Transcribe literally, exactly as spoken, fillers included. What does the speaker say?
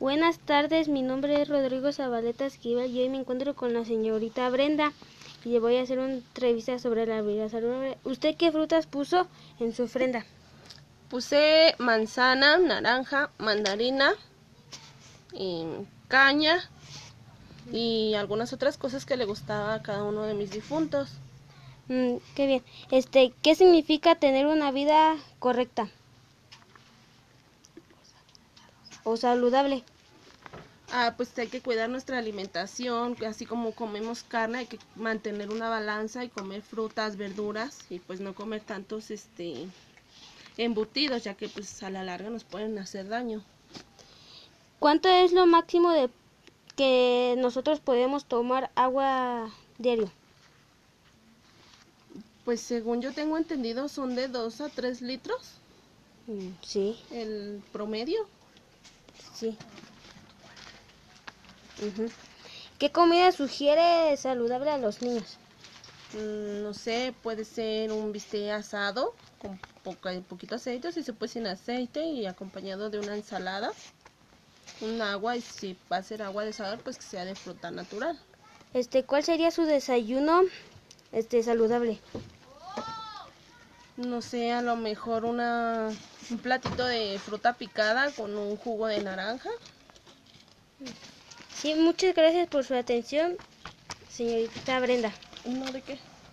Buenas tardes, mi nombre es Rodrigo Zabaleta Esquivel y hoy me encuentro con la señorita Brenda y le voy a hacer una entrevista sobre la vida saludable. ¿Usted qué frutas puso en su ofrenda? Puse manzana, naranja, mandarina, y caña y algunas otras cosas que le gustaba a cada uno de mis difuntos. Mm, qué bien. Este, ¿qué significa tener una vida correcta o saludable? Ah, pues hay que cuidar nuestra alimentación, así como comemos carne, hay que mantener una balanza y comer frutas, verduras y pues no comer tantos este embutidos, ya que pues a la larga nos pueden hacer daño. ¿Cuánto es lo máximo de que nosotros podemos tomar agua diario? Pues según yo tengo entendido son de dos a tres litros Mm, sí, el promedio. sí. Uh-huh. ¿Qué comida sugiere saludable a los niños? Mm, no sé, puede ser un bistec asado con poca, poquito aceite, si se puede sin aceite y acompañado de una ensalada, un agua, y si va a ser agua de sabor, pues que sea de fruta natural. Este, ¿cuál sería su desayuno este saludable? No sé, a lo mejor una un platito de fruta picada con un jugo de naranja. Sí, muchas gracias por su atención, señorita Brenda. No, ¿de qué?